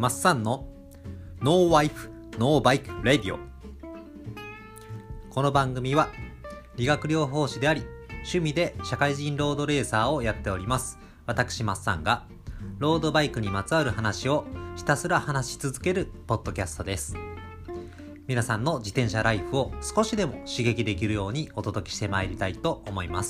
マッサンのノーワイフノーバイクレディオ。この番組は理学療法士であり趣味で社会人ロードレーサーをやっております私マッサンがロードバイクにまつわる話をひたすら話し続けるポッドキャストです。皆さんの自転車ライフを少しでも刺激できるようにお届けしてまいりたいと思います。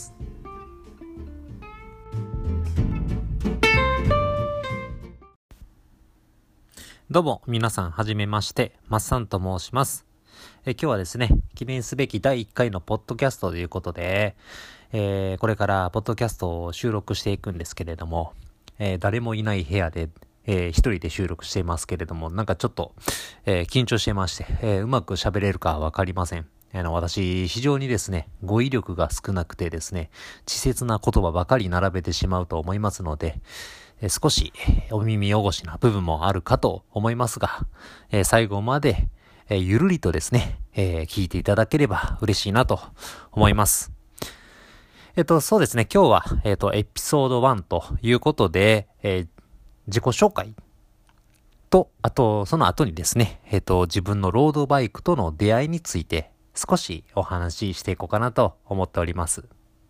どうも皆さんはじめまして、マッサンと申します。今日はですね、記念すべき第1回のポッドキャストということで、これからポッドキャストを収録していくんですけれども、誰もいない部屋で、一人で収録していますけれども、なんかちょっと、緊張してまして、うまく喋れるかわかりません。私、非常にですね、語彙力が少なくてですね、稚拙な言葉ばかり並べてしまうと思いますので、少しお耳汚しな部分もあるかと思いますが、最後まで、ゆるりとですね、聞いていただければ嬉しいなと思います。そうですね、今日は、エピソード1ということで、自己紹介と、あと、その後にですね、自分のロードバイクとの出会いについて少しお話ししていこうかなと思っております。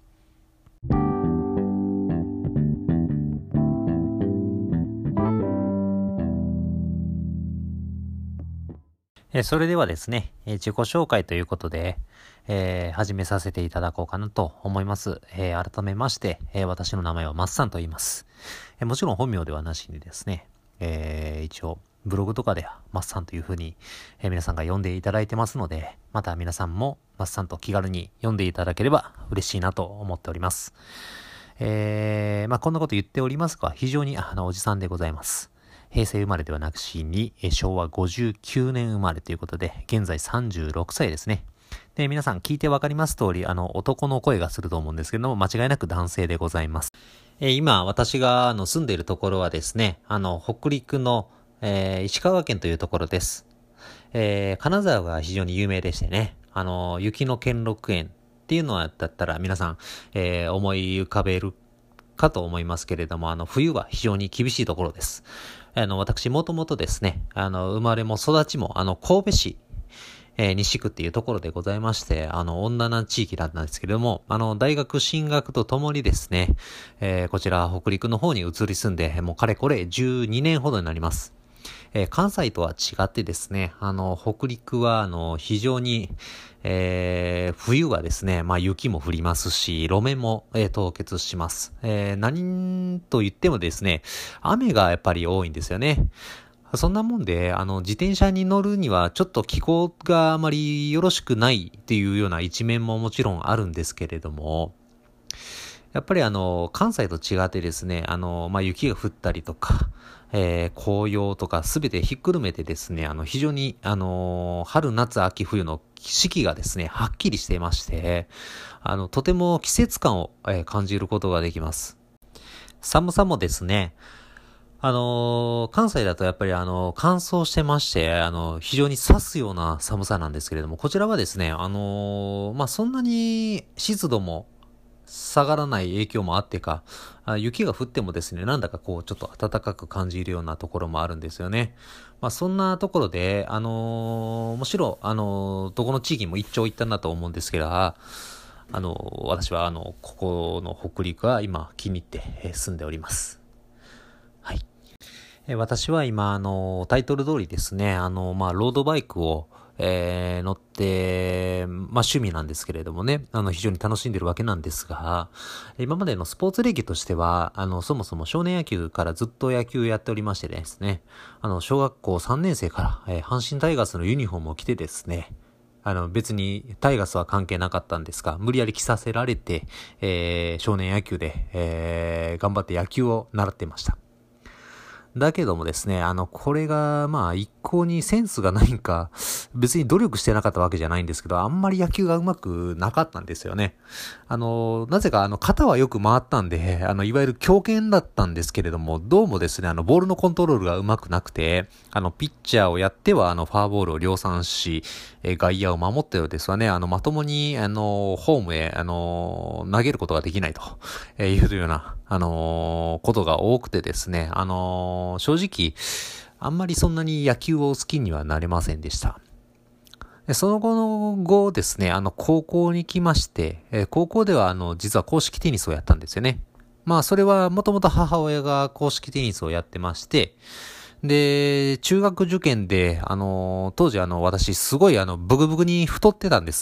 それではですね、自己紹介ということで、始めさせていただこうかなと思います。改めまして、私の名前はマッサンと言います。もちろん本名ではなしにですね、一応ブログとかではマッサンというふうに、皆さんが呼んでいただいてますので、また皆さんもマッサンと気軽に呼んでいただければ嬉しいなと思っております。こんなこと言っておりますが、非常におじさんでございます。平成生まれではなくしに、昭和59年生まれということで、現在36歳ですね。で、皆さん聞いてわかります通り、男の声がすると思うんですけども、間違いなく男性でございます。今、私が住んでいるところはですね、北陸の、石川県というところです。金沢が非常に有名でしてね、雪の兼六園っていうのはだったら皆さん、思い浮かべるかと思いますけれども、冬は非常に厳しいところです。私もともとですね、生まれも育ちも、神戸市、西区っていうところでございまして、温暖な地域だったんですけれども、大学進学とともにですね、こちら北陸の方に移り住んで、もうかれこれ12年ほどになります。関西とは違ってですね、北陸は非常に、冬はですね、雪も降りますし、路面も、凍結します。何と言ってもですね、雨がやっぱり多いんですよね。そんなもんで、自転車に乗るにはちょっと気候があまりよろしくないっていうような一面ももちろんあるんですけれども、やっぱり関西と違ってですね、雪が降ったりとか、紅葉とかすべてひっくるめてですね、非常に、春、夏、秋、冬の四季がですね、はっきりしていまして、とても季節感を、感じることができます。寒さもですね、関西だとやっぱり乾燥してまして、非常に刺すような寒さなんですけれども、こちらはですね、そんなに湿度も下がらない影響もあってか、雪が降ってもですね、なんだかちょっと暖かく感じるようなところもあるんですよね。そんなところで、もちろん、どこの地域も一長一短だと思うんですけど、私はここの北陸は今気に入って、住んでおります。はい。私は今、タイトル通りですね、ロードバイクを、乗って、趣味なんですけれどもね、非常に楽しんでるわけなんですが、今までのスポーツ歴としては、そもそも少年野球からずっと野球やっておりましてですね、小学校3年生から、阪神タイガースのユニフォームを着てですね、別にタイガースは関係なかったんですが、無理やり着させられて、少年野球で、頑張って野球を習っていました。だけどもですね、これが、一向にセンスがないんか、別に努力してなかったわけじゃないんですけど、あんまり野球がうまくなかったんですよね。なぜか、肩はよく回ったんで、いわゆる強肩だったんですけれども、どうもですね、ボールのコントロールがうまくなくて、ピッチャーをやっては、フォアボールを量産し、外野を守ったようですわね、まともに、ホームへ、投げることができないというような、ことが多くてですね、正直、 あんまりそんなに野球を好きにはなれませんでした。でその後ですね、高校に来まして、高校では実は公式テニスをやったんですよね。まあ、それはもともと母親が公式テニスをやってまして、で、中学受験で、当時私すごいブクブクに太ってたんです。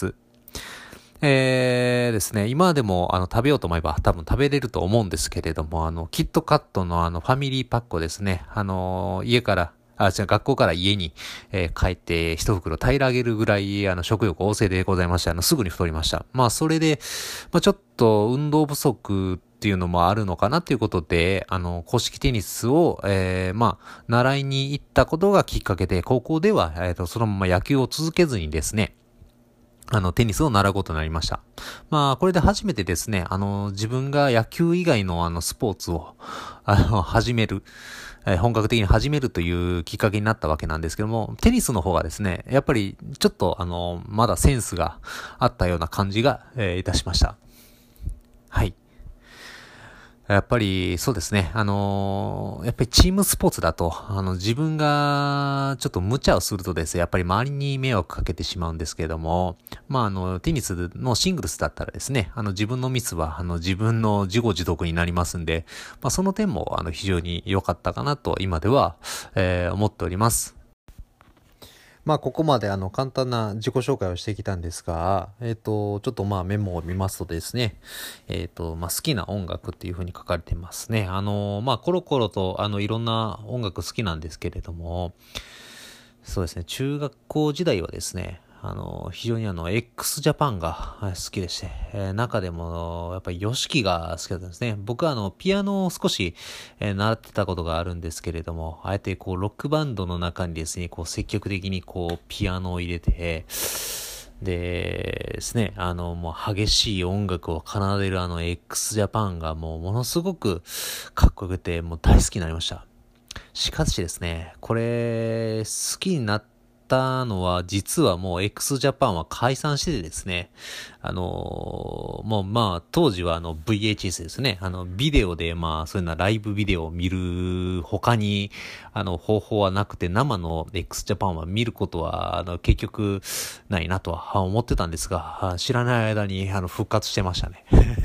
ですね、今でも食べようと思えば多分食べれると思うんですけれども、キットカットのファミリーパックをですね、学校から家に、帰って一袋平らげるぐらい、食欲旺盛でございまして、すぐに太りました。まあ、それで、まあ、ちょっと運動不足っていうのもあるのかなということで、公式テニスを、まあ、習いに行ったことがきっかけで、高校では、そのまま野球を続けずにですね、テニスを習うことになりました。まあ、これで初めてですね、自分が野球以外のスポーツを、始める、本格的に始めるというきっかけになったわけなんですけども、テニスの方がですね、やっぱりちょっとまだセンスがあったような感じが、いたしました。はい。やっぱり、そうですね。やっぱりチームスポーツだと、自分がちょっと無茶をするとですね、やっぱり周りに迷惑かけてしまうんですけれども、まあ、テニスのシングルスだったらですね、自分のミスは、自分の自業自得になりますんで、まあ、その点も、非常に良かったかなと、今では、思っております。まあ、ここまで簡単な自己紹介をしてきたんですが、ちょっとまあメモを見ますとですね、まあ好きな音楽っていう風に書かれてますね。まあコロコロといろんな音楽好きなんですけれども、そうですね、中学校時代はですね、非常にx ジャパンが好きでして、中でも、やっぱり YOSHIKI が好きだったんですね。僕はピアノを少し、習ってたことがあるんですけれども、あえてこう、ロックバンドの中にですね、こう、積極的にこう、ピアノを入れて、でですね、もう激しい音楽を奏でるx ジャパンがもうものすごくかっこよくて、もう大好きになりました。しかしですね、これ、好きになったのは、実はもう x ジャパンは解散しててですね、もうまあ、当時はVHS ですね、ビデオでまあ、そういうようなライブビデオを見る他に、方法はなくて、生の x ジャパンは見ることは、結局、ないなとは思ってたんですが、知らない間に、復活してましたね。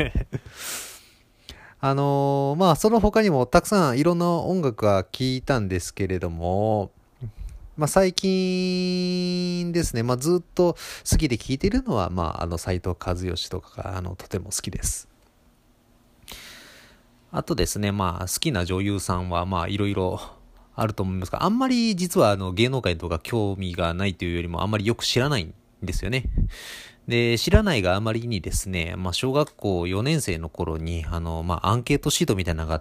まあ、その他にもたくさんいろんな音楽は聴いたんですけれども、まあ、最近ですね、まあ、ずっと好きで聴いているのは、まあ、斉藤和義とかが、とても好きです。あとですね、まあ、好きな女優さんは、まあ、いろいろあると思いますが、あんまり実は芸能界とか興味がないというよりも、あんまりよく知らないんですよね。で、知らないがあまりにですね、まあ、小学校4年生の頃に、まあ、アンケートシートみたいなのがあって、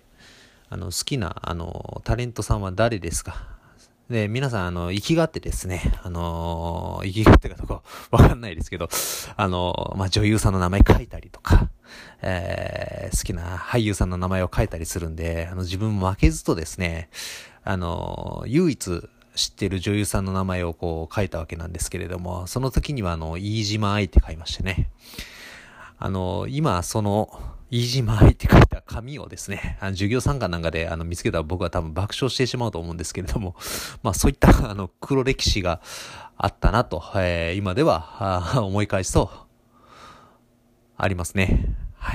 好きな、タレントさんは誰ですか？で、皆さん、生きがってですね、生きがってかどうかわかんないですけど、まあ、女優さんの名前書いたりとか、好きな俳優さんの名前を書いたりするんで、自分も負けずとですね、唯一、知ってる女優さんの名前をこう書いたわけなんですけれども、その時には飯島愛って書いましてね。今、その、飯島愛って書いた紙をですね、授業参観なんかで見つけたら僕は多分爆笑してしまうと思うんですけれども、まあそういった黒歴史があったなと、今では思い返すと、ありますね。はい。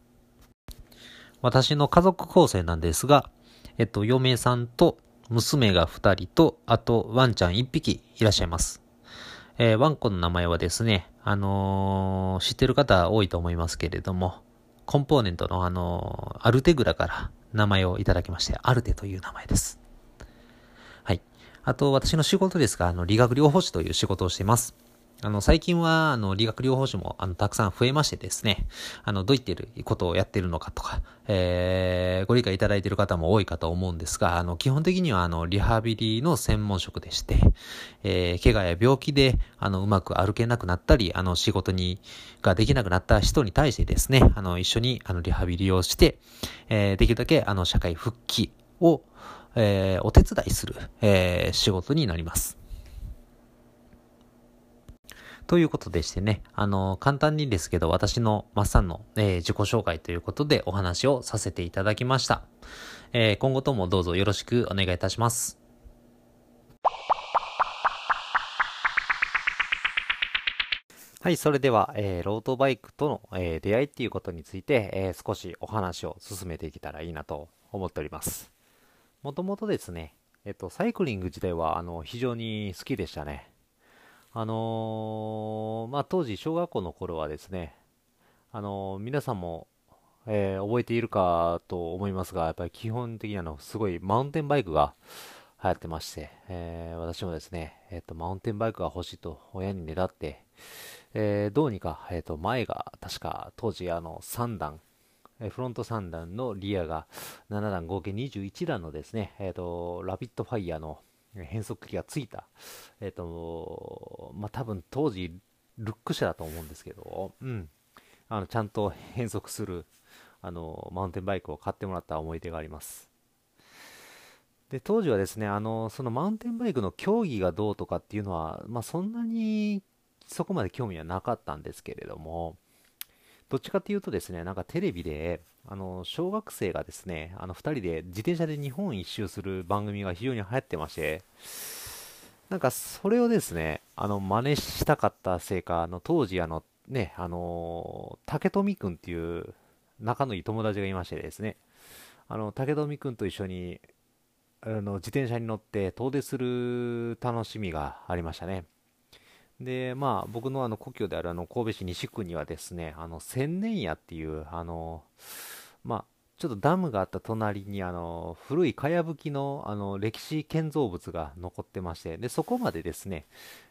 私の家族構成なんですが、嫁さんと娘が2人と、あとワンちゃん1匹いらっしゃいます。ワンコの名前はですね、知ってる方多いと思いますけれども、コンポーネントのアルテグラから名前をいただきまして、アルテという名前です。はい。あと、私の仕事ですが、理学療法士という仕事をしています。最近は、理学療法士も、たくさん増えましてですね、どういったことをやっているのかとか、ご理解いただいている方も多いかと思うんですが、基本的には、リハビリの専門職でして、怪我や病気で、うまく歩けなくなったり、仕事ができなくなった人に対してですね、一緒に、リハビリをして、できるだけ、社会復帰を、お手伝いする、仕事になります。ということでしてね、簡単にですけど、私のマッサンの、自己紹介ということでお話をさせていただきました。 今後ともどうぞよろしくお願いいたします。はい、それでは、ロードバイクとの、出会いっていうことについて、少しお話を進めていけたらいいなと思っております。もともとですね、サイクリング自体は、非常に好きでしたね。当時、小学校の頃はですね、皆さんも、覚えているかと思いますが、やっぱり基本的にすごいマウンテンバイクが流行ってまして、私もですね、マウンテンバイクが欲しいと親にねだって、どうにか、前が、確か当時3段、フロント3段のリアが7段合計21段のですね、ラビットファイヤーの変速機がついた、多分当時ルック車だと思うんですけど、うん、ちゃんと変速する、マウンテンバイクを買ってもらった思い出があります。で、当時はですね、そのマウンテンバイクの競技がどうとかっていうのは、そんなにそこまで興味はなかったんですけれども、どっちかっていうとですね、なんかテレビで、小学生がですね、2人で自転車で日本一周する番組が非常に流行ってまして、なんかそれをですね、真似したかったせいか、当時竹富くんっていう仲のいい友達がいましてですね、竹富くんと一緒に、自転車に乗って遠出する楽しみがありましたね。で、僕の故郷である神戸市西区にはですね、千年屋っていう、まあ、ちょっとダムがあった隣に、古いかやぶきの、歴史建造物が残ってまして、で、そこまでですね、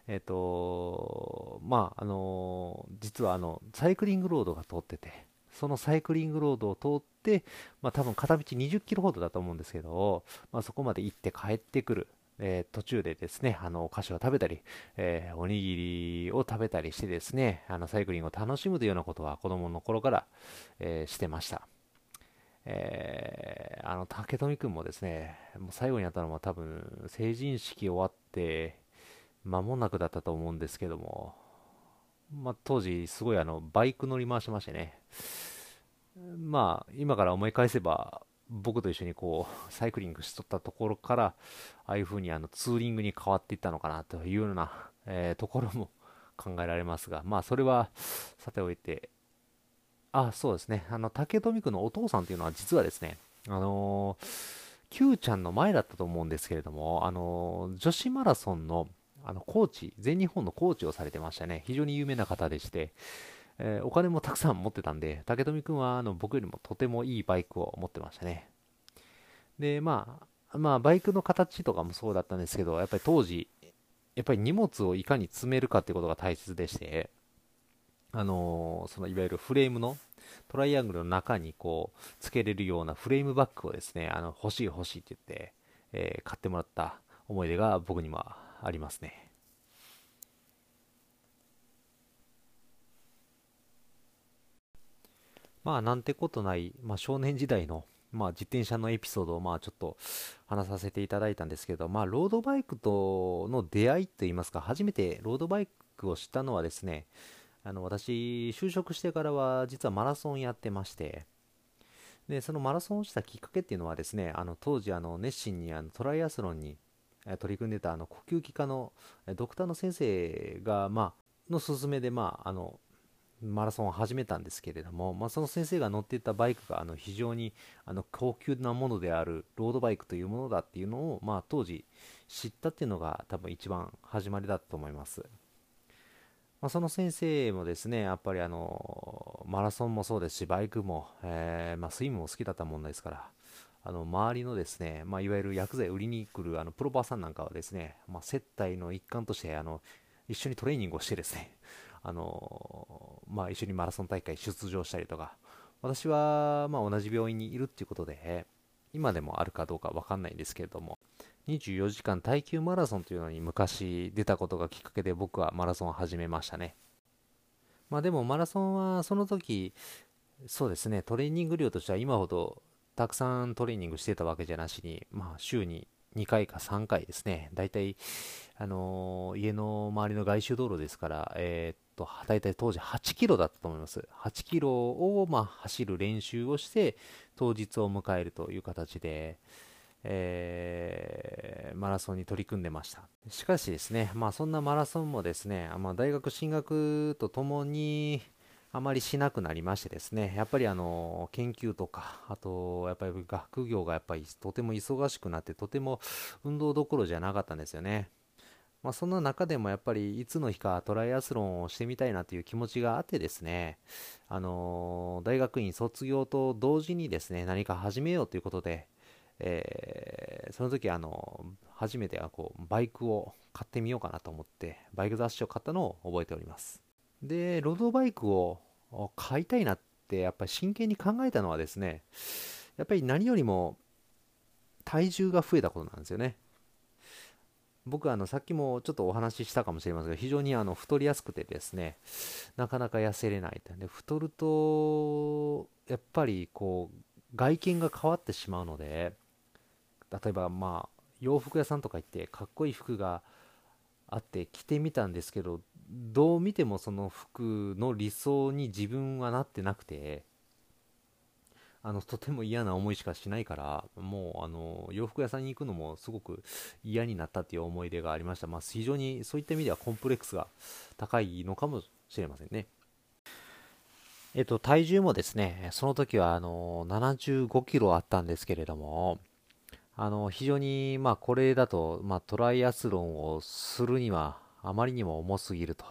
実はサイクリングロードが通ってて、そのサイクリングロードを通って、多分片道20キロほどだと思うんですけど、そこまで行って帰ってくる。途中でですね、お菓子を食べたり、おにぎりを食べたりしてですね、サイクリングを楽しむというようなことは子供の頃から、してました。竹富くんもですね、もう最後に会ったのは多分成人式終わって間もなくだったと思うんですけども、当時すごいバイク乗り回してましてね、今から思い返せば、僕と一緒にこう、サイクリングしとったところから、ああいう風にツーリングに変わっていったのかなというような、ところも考えられますが、それはさておいて、そうですね、竹富君のお父さんというのは実はですね、Q ちゃんの前だったと思うんですけれども、女子マラソンのコーチ、全日本のコーチをされてましたね。非常に有名な方でして、お金もたくさん持ってたんで、竹富くんは僕よりもとてもいいバイクを持ってましたね。で、バイクの形とかもそうだったんですけど、やっぱり当時、やっぱり荷物をいかに積めるかっていうことが大切でして、そのいわゆるフレームのトライアングルの中にこう、つけれるようなフレームバッグをですね、欲しい欲しいって言って、買ってもらった思い出が僕にもありますね。なんてことない、少年時代の、自転車のエピソードを、ちょっと話させていただいたんですけど、ロードバイクとの出会いといいますか、初めてロードバイクを知ったのはですね、私、就職してからは、実はマラソンやってまして、で、そのマラソンをしたきっかけっていうのはですね、当時、熱心にトライアスロンに取り組んでた呼吸器科のドクターの先生が、の勧めで、マラソンを始めたんですけれども、その先生が乗っていたバイクが非常に高級なものであるロードバイクというものだっていうのを、当時知ったっていうのが多分一番始まりだったと思います。その先生もですね、やっぱりマラソンもそうですし、バイクも、スイムも好きだったもんですから、周りのですね、いわゆる薬剤売りに来るプロバーさんなんかはですね、接待の一環として一緒にトレーニングをしてですね、一緒にマラソン大会出場したりとか、私は同じ病院にいるっていうことで、今でもあるかどうかわかんないんですけれども、24時間耐久マラソンというのに昔出たことがきっかけで僕はマラソンを始めましたね。でもマラソンはその時、そうですね、トレーニング量としては今ほどたくさんトレーニングしてたわけじゃなしに、週に 2回か3回ですね。だいたい、家の周りの外周道路ですから、だいたい当時8キロだったと思います。8キロを、まあ、走る練習をして、当日を迎えるという形で、マラソンに取り組んでました。しかしですね、まあそんなマラソンもですね、まあ、大学進学とともにあまりしなくなりましてですね、やっぱり研究とか、あとやっぱり学業がやっぱりとても忙しくなって、とても運動どころじゃなかったんですよね。まあそんな中でもやっぱりいつの日かトライアスロンをしてみたいなという気持ちがあってですね、大学院卒業と同時にですね、何か始めようということで、その時初めてバイクを買ってみようかなと思ってバイク雑誌を買ったのを覚えております。でロードバイクを買いたいなってやっぱり真剣に考えたのはですね、やっぱり何よりも体重が増えたことなんですよね。僕はさっきもちょっとお話ししたかもしれませんが、非常に太りやすくてですね、なかなか痩せれないで、太るとやっぱり外見が変わってしまうので、例えばまあ洋服屋さんとか行ってかっこいい服があって着てみたんですけど、どう見てもその服の理想に自分はなってなくて、とても嫌な思いしかしないから、もう洋服屋さんに行くのもすごく嫌になったっていう思い出がありました。まあ非常にそういった意味ではコンプレックスが高いのかもしれませんね。体重もですね、その時は75キロあったんですけれども、非常に、まあ、これだと、まあ、トライアスロンをするにはあまりにも重すぎると。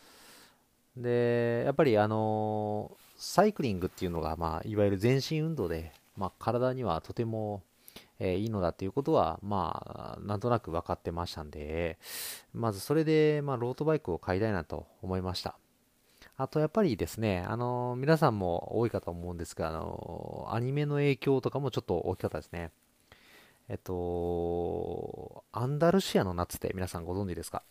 で、やっぱりサイクリングっていうのが、まあ、いわゆる全身運動で、まあ、体にはとても、いいのだっていうことは、まあ、なんとなく分かってましたんで、まずそれで、まあ、ロードバイクを買いたいなと思いました。あとやっぱりですね、皆さんも多いかと思うんですが、アニメの影響とかもちょっと大きかったですね。アンダルシアの夏って皆さんご存知ですか？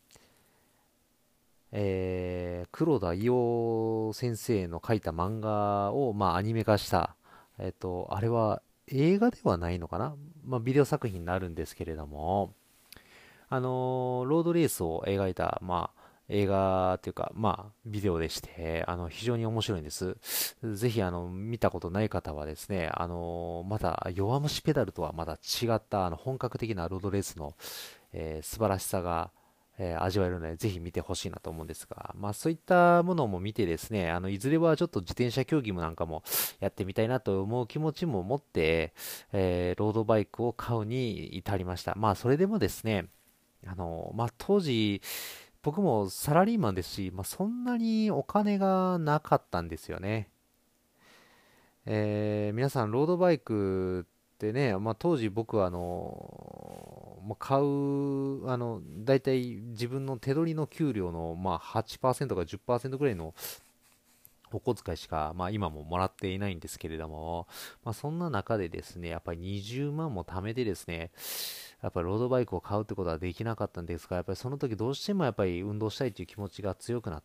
黒田伊代先生の書いた漫画を、まあ、アニメ化した、あれは映画ではないのかな、まあ、ビデオ作品になるんですけれども、ロードレースを描いた、まあ、映画というか、まあ、ビデオでして、非常に面白いんです。ぜひ、見たことない方はですね、また、弱虫ペダルとはまた違った、本格的なロードレースの、素晴らしさが、味わえるので、ぜひ見てほしいなと思うんですが、まあ、そういったものも見てですね、いずれはちょっと自転車競技もなんかもやってみたいなと思う気持ちも持って、ロードバイクを買うに至りました。まあ、それでもですね、まあ、当時、僕もサラリーマンですし、まあ、そんなにお金がなかったんですよね。皆さん、ロードバイクってね、まあ、当時僕はまあ、買う、大体自分の手取りの給料の、まあ、8%か10%ぐらいのお小遣いしか、まあ、今ももらっていないんですけれども、まあ、そんな中でですね、やっぱり20万も貯めてですね、やっぱりロードバイクを買うってことはできなかったんですが、やっぱりその時どうしてもやっぱり運動したいという気持ちが強くなって、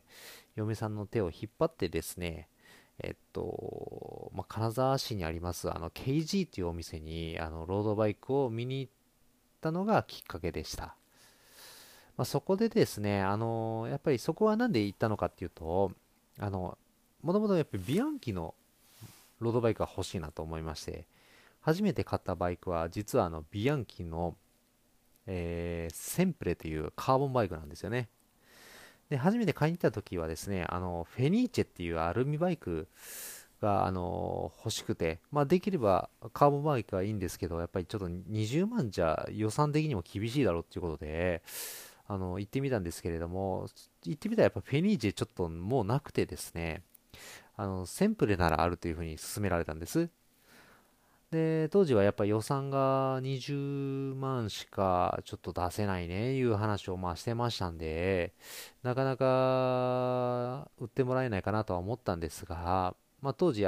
嫁さんの手を引っ張ってですね、まあ、金沢市にありますKG っていうお店にロードバイクを見に行ったのがきっかけでした。まあ、そこでですね、やっぱりそこは何で行ったのかっていうと、もともとやっぱりビアンキのロードバイクが欲しいなと思いまして、初めて買ったバイクは実はビアンキの、センプレというカーボンバイクなんですよね。で、初めて買いに行った時はですね、フェニーチェっていうアルミバイクが、欲しくて、まあ、できればカーボンバイクはいいんですけど、やっぱりちょっと20万じゃ予算的にも厳しいだろうっていうことで、行ってみたんですけれども、行ってみたらやっぱフェニーチェちょっともうなくてですね、センプレならあるというふうに勧められたんです。で、当時はやっぱ予算が20万しかちょっと出せないね、いう話をまあしてましたんで、なかなか売ってもらえないかなとは思ったんですが、まあ当時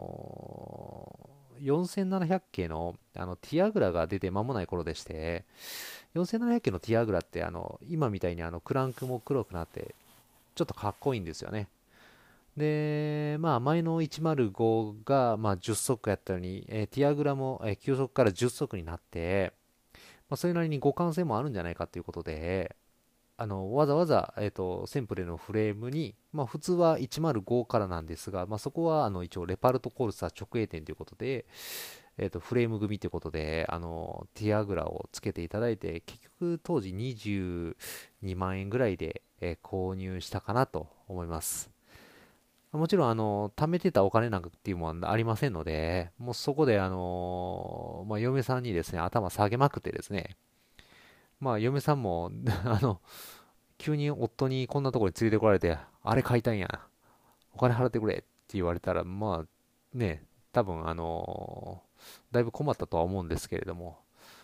4700系のティアグラが出て間もない頃でして、4700系のティアグラって今みたいにクランクも黒くなってちょっとかっこいいんですよね。で、まあ、前の105が、まあ、10速やったのに、ティアグラも、9速から10速になって、 それなりに互換性もあるんじゃないかということで、わざわざ、センプレのフレームに、普通は105からなんですが、そこは、一応、レパルトコルサ直営店ということで、フレーム組ということで、ティアグラをつけていただいて、結局、当時22万円ぐらいで、購入したかなと思います。もちろん、貯めてたお金なんかっていうものはありませんので、もうそこで、嫁さんにですね、頭下げまくってですね、嫁さんも急に夫にこんなところに連れてこられて、あれ買いたいんや、お金払ってくれって言われたら、ね、多分だいぶ困ったとは思うんですけれども、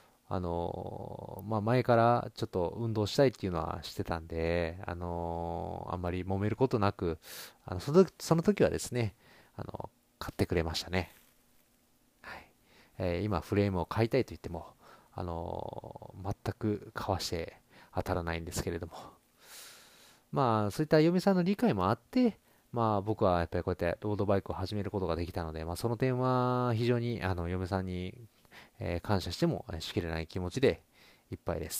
前からちょっと運動したいっていうのはしてたんで、あんまり揉めることなく、その時はですね、買ってくれましたね。はい。今フレームを買いたいと言っても、全く買わして当たらないんですけれども、そういった嫁さんの理解もあって、僕はやっぱりこうやってロードバイクを始めることができたので、その点は非常に嫁さんに、感謝してもしきれない気持ちでいっぱいです。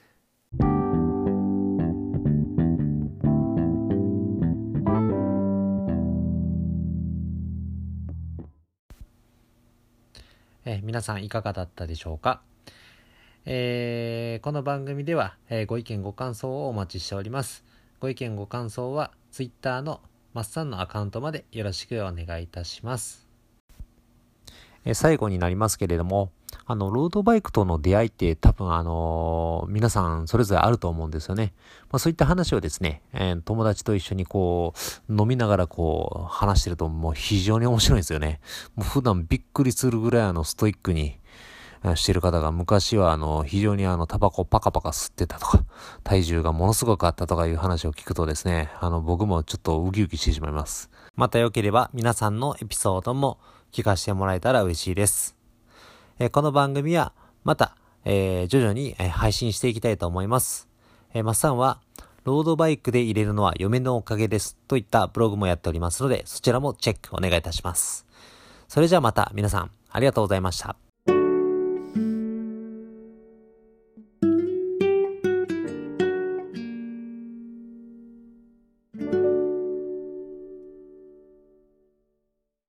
皆さんいかがだったでしょうか。この番組では、ご意見ご感想をお待ちしております。ご意見ご感想は Twitter のマッサンのアカウントまでよろしくお願いいたします。最後になりますけれども、ロードバイクとの出会いって多分皆さんそれぞれあると思うんですよね。そういった話をですね、友達と一緒に飲みながら話してるともう非常に面白いんですよね。もう普段びっくりするぐらいストイックにしてる方が、昔は非常にタバコパカパカ吸ってたとか、体重がものすごくあったとかいう話を聞くとですね、僕もちょっとウキウキしてしまいます。またよければ皆さんのエピソードも聞かせてもらえたら嬉しいです。この番組はまた、徐々に配信していきたいと思います。マッサンはロードバイクで入れるのは嫁のおかげですといったブログもやっておりますので、そちらもチェックお願いいたします。それじゃあまた皆さんありがとうございました。